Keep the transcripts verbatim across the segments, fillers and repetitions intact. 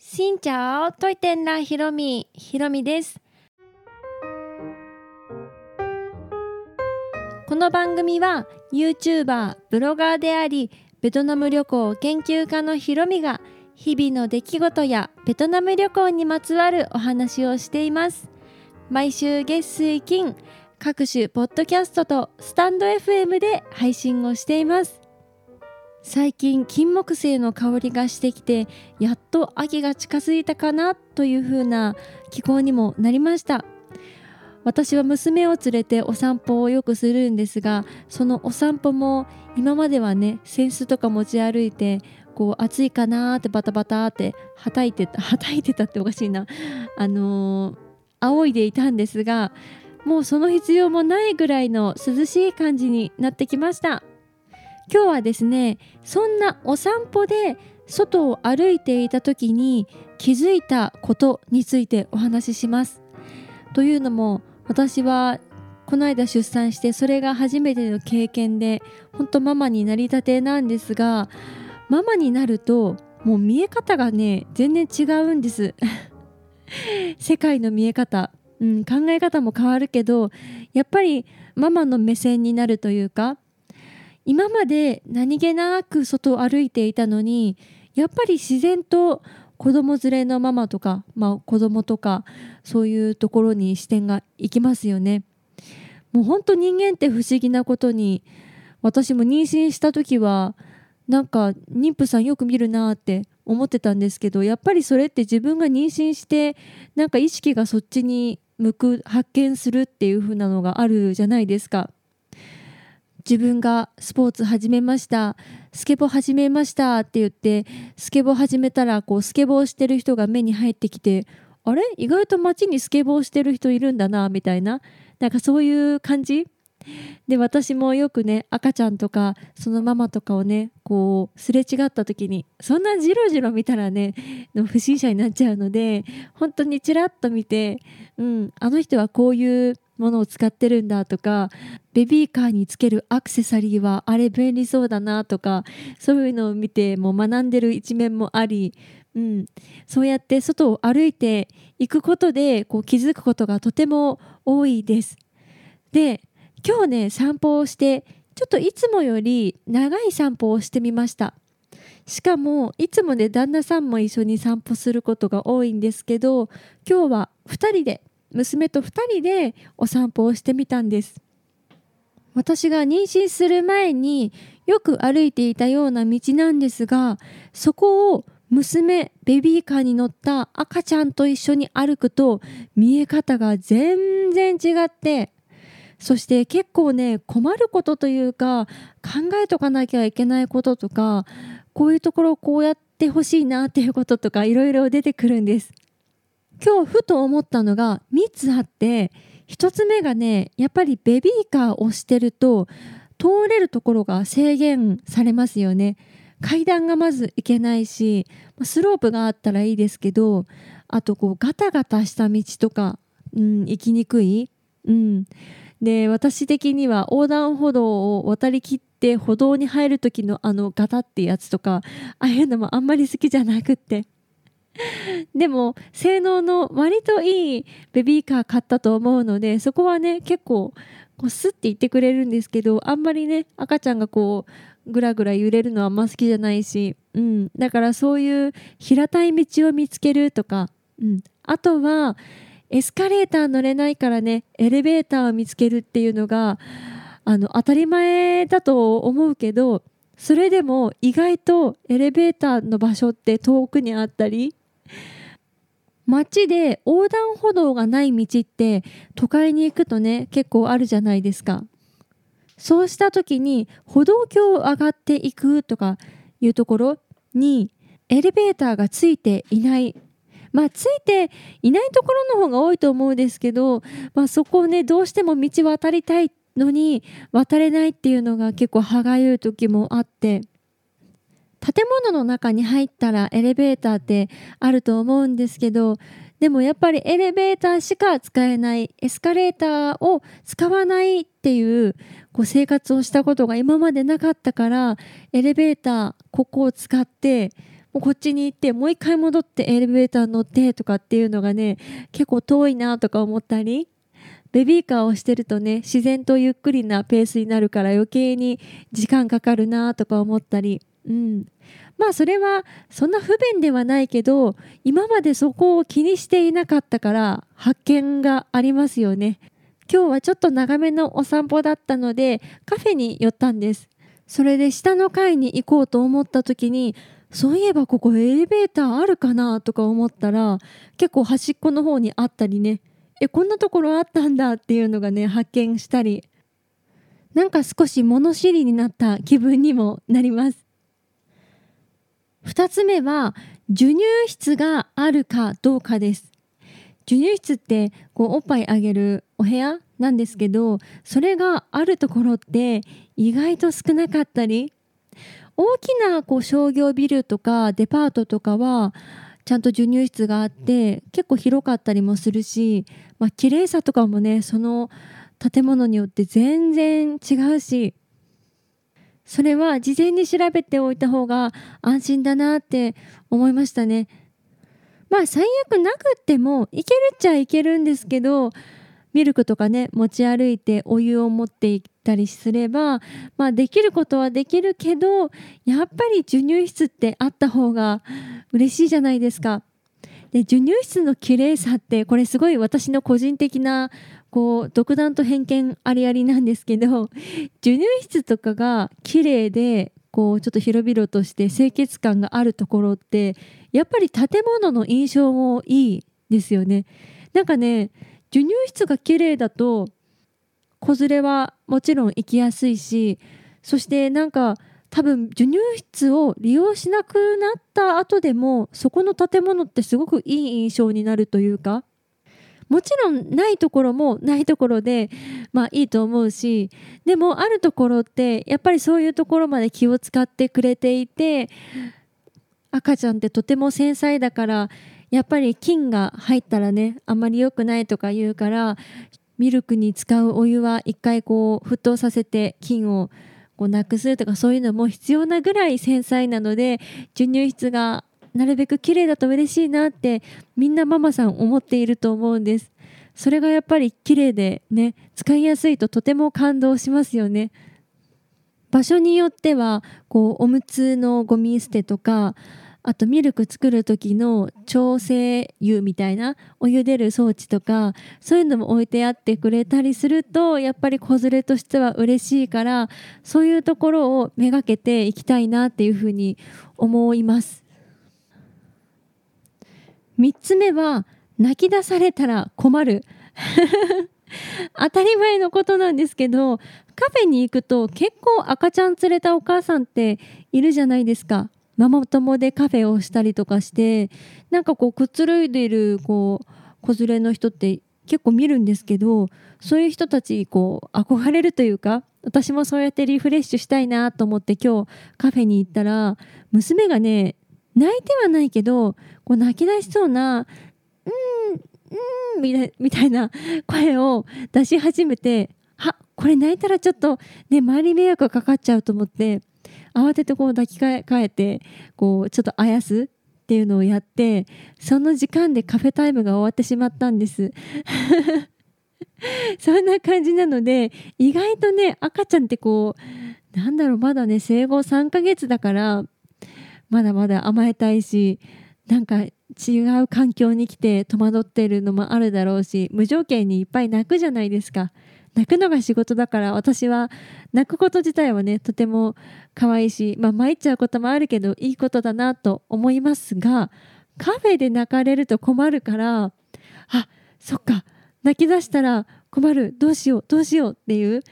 しんちゃお、トイテンラひろみ、ひろみです。この番組は YouTuber、ブロガーであり、ベトナム旅行研究家のひろみが日々の出来事やベトナム旅行にまつわるお話をしています。毎週月水金、各種ポッドキャストとスタンド エフエム で配信をしています。最近金木犀の香りがしてきて、やっと秋が近づいたかなという風な気候にもなりました。私は娘を連れてお散歩をよくするんですが、そのお散歩も今まではね、扇子とか持ち歩いて、こう暑いかなーってバタバタってはたいてたはたいてたっておかしいなあのー、仰いでいたんですが、もうその必要もないぐらいの涼しい感じになってきました。今日はですね、そんなお散歩で外を歩いていた時に気づいたことについてお話しします。というのも、私はこの間出産して、それが初めての経験で、本当ママになりたてなんですが、ママになるともう見え方がね、全然違うんです世界の見え方、うん、考え方も変わるけど、やっぱりママの目線になるというか、今まで何気なく外を歩いていたのに、やっぱり自然と子供連れのママとか、まあ、子供とかそういうところに視点が行きますよね。もう本当人間って不思議なことに、私も妊娠した時はなんか妊婦さんよく見るなって思ってたんですけど、やっぱりそれって自分が妊娠してなんか意識がそっちに向く、発見するっていう風なのがあるじゃないですか。自分がスポーツ始めました、スケボー始めましたって言ってスケボー始めたら、こうスケボーしてる人が目に入ってきて、あれ意外と街にスケボーしてる人いるんだなみたいな、なんかそういう感じで、私もよくね、赤ちゃんとかそのママとかをね、こうすれ違った時に、そんなジロジロ見たらねの不審者になっちゃうので、本当にチラッと見て、うん、あの人はこういうものを使ってるんだとか、ベビーカーにつけるアクセサリーはあれ便利そうだなとか、そういうのを見てもう学んでる一面もあり、うん、そうやって外を歩いていくことでこう気づくことがとても多いです。で、今日ね、散歩をしてちょっといつもより長い散歩をしてみました。しかもいつもね、旦那さんも一緒に散歩することが多いんですけど、今日はふたりで、娘とふたりでお散歩をしてみたんです。私が妊娠する前によく歩いていたような道なんですが、そこを娘、ベビーカーに乗った赤ちゃんと一緒に歩くと見え方が全然違って、そして結構ね、困ることというか、考えとかなきゃいけないこととか、こういうところをこうやってほしいなっていうこととか、いろいろ出てくるんです。今日ふと思ったのがみっつあって、ひとつめがね、やっぱりベビーカーをしてると通れるところが制限されますよね。階段がまず行けないし、スロープがあったらいいですけど、あとこうガタガタした道とか、うん、行きにくい、うん、で、私的には横断歩道を渡りきって歩道に入る時のあのガタってやつとか、ああいうのもあんまり好きじゃなくって、でも性能の割といいベビーカー買ったと思うので、そこはね結構こうスッて言ってくれるんですけど、あんまりね赤ちゃんがこうぐらぐら揺れるのはあんま好きじゃないし、うん、だからそういう平たい道を見つけるとか、うん、あとはエスカレーター乗れないからね、エレベーターを見つけるっていうのがあの当たり前だと思うけど、それでも意外とエレベーターの場所って遠くにあったり、街で横断歩道がない道って都会に行くとね結構あるじゃないですか。そうした時に歩道橋を上がっていくとかいうところにエレベーターがついていない、まあついていないところの方が多いと思うんですけど、まあ、そこをねどうしても道渡りたいのに渡れないっていうのが結構歯がゆい時もあって、建物の中に入ったらエレベーターってあると思うんですけど、でもやっぱりエレベーターしか使えない、エスカレーターを使わないっていう、こう生活をしたことが今までなかったから、エレベーターここを使ってもうこっちに行ってもう一回戻ってエレベーター乗ってとかっていうのがね結構遠いなとか思ったり、ベビーカーをしてるとね自然とゆっくりなペースになるから余計に時間かかるなとか思ったり、うん、まあそれはそんな不便ではないけど今までそこを気にしていなかったから発見がありますよね。今日はちょっと長めのお散歩だったのでカフェに寄ったんです。それで下の階に行こうと思った時に、そういえばここエレベーターあるかなとか思ったら結構端っこの方にあったりね、えこんなところあったんだっていうのがね発見したり、なんか少し物知りになった気分にもなります。ふたつめは授乳室があるかどうかです。授乳室ってこうおっぱいあげるお部屋なんですけど、それがあるところって意外と少なかったり、大きなこう商業ビルとかデパートとかはちゃんと授乳室があって結構広かったりもするし、まあ綺麗さとかもねその建物によって全然違うし、それは事前に調べておいた方が安心だなって思いましたね。まあ最悪なくってもいけるっちゃいけるんですけど、ミルクとかね持ち歩いてお湯を持っていったりすれば、まあできることはできるけど、やっぱり授乳室ってあった方が嬉しいじゃないですか。で授乳室の綺麗さってこれすごい私の個人的なこう独断と偏見ありありなんですけど、授乳室とかが綺麗でこうちょっと広々として清潔感があるところってやっぱり建物の印象もいいですよね。なんかね授乳室が綺麗だと子連れはもちろん行きやすいし、そしてなんか多分授乳室を利用しなくなった後でもそこの建物ってすごくいい印象になるというか、もちろんないところもないところでまあいいと思うし、でもあるところってやっぱりそういうところまで気を使ってくれていて、赤ちゃんってとても繊細だからやっぱり菌が入ったらねあんまり良くないとか言うから、ミルクに使うお湯は一回こう沸騰させて菌をこうなくすとかそういうのも必要なぐらい繊細なので、授乳室がなるべく綺麗だと嬉しいなってみんなママさん思っていると思うんです。それがやっぱり綺麗でね使いやすいととても感動しますよね。場所によってはこうおむつのゴミ捨てとか、あとミルク作る時の調整湯みたいなお湯出る装置とかそういうのも置いてあってくれたりするとやっぱり子連れとしては嬉しいから、そういうところをめがけていきたいなっていうふうに思います。みっつめは泣き出されたら困る当たり前のことなんですけど、カフェに行くと結構赤ちゃん連れたお母さんっているじゃないですか。ママ友でカフェをしたりとかして、なんかこうくつろいでいるこう子連れの人って結構見るんですけど、そういう人たちこう憧れるというか、私もそうやってリフレッシュしたいなと思って今日カフェに行ったら、娘がね泣いてはないけどこう泣き出しそうなうーんうーんみたいみたいな声を出し始めて、はこれ泣いたらちょっとね周り迷惑がかかっちゃうと思って慌ててこう抱きかえてこうちょっとあやすっていうのをやって、その時間でカフェタイムが終わってしまったんですそんな感じなので、意外とね赤ちゃんってこうなんだろう、まだね生後さんかげつだからまだまだ甘えたいし、なんか違う環境に来て戸惑っているのもあるだろうし、無条件にいっぱい泣くじゃないですか。泣くのが仕事だから、私は泣くこと自体はねとても可愛いし、まあ参っちゃうこともあるけどいいことだなと思いますが、カフェで泣かれると困るから、あそっか泣き出したら困る、どうしようどうしようっていう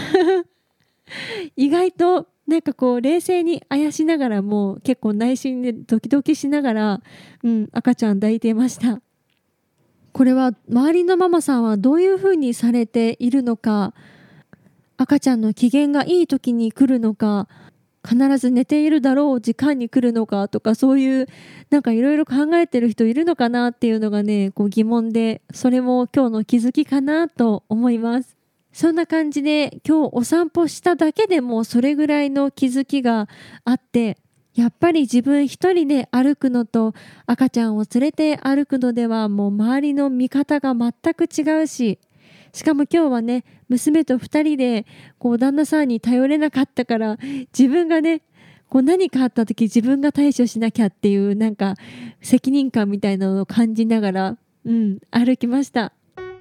意外となんかこう冷静にあやしながらも結構内心でドキドキしながら、うん、赤ちゃん抱いてました。これは周りのママさんはどういうふうにされているのか、赤ちゃんの機嫌がいい時に来るのか、必ず寝ているだろう時間に来るのかとか、そういうなんかいろいろ考えてる人いるのかなっていうのがねこう疑問で、それも今日の気づきかなと思います。そんな感じで今日お散歩しただけでもそれぐらいの気づきがあって、 やっぱり自分一人で歩くのと赤ちゃんを連れて歩くのではもう周りの見方が全く違うし、しかも今日はね娘と二人でこう旦那さんに頼れなかったから、自分がねこう何かあった時自分が対処しなきゃっていうなんか責任感みたいなのを感じながら、うん、歩きました。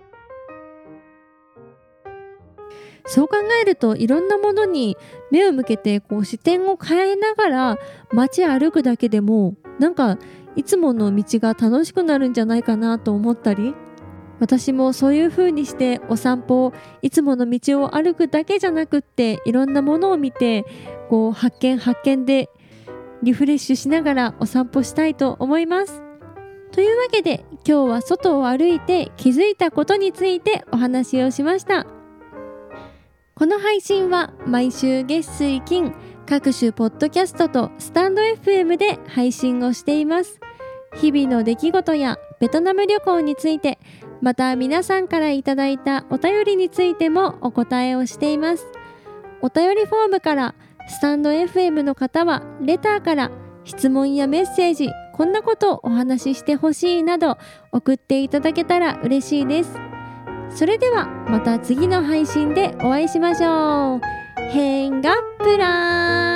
そう考えるといろんなものに目を向けてこう視点を変えながら街歩くだけでもなんかいつもの道が楽しくなるんじゃないかなと思ったり、私もそういう風にしてお散歩をいつもの道を歩くだけじゃなくっていろんなものを見てこう発見発見でリフレッシュしながらお散歩したいと思います。というわけで今日は外を歩いて気づいたことについてお話をしました。この配信は毎週月水金各種ポッドキャストとスタンド エフエム で配信をしています。日々の出来事やベトナム旅行について、また皆さんからいただいたお便りについてもお答えをしています。お便りフォームから、スタンド エフエム の方はレターから質問やメッセージ、こんなことをお話ししてほしいなど送っていただけたら嬉しいです。それではまた次の配信でお会いしましょう。変がプラン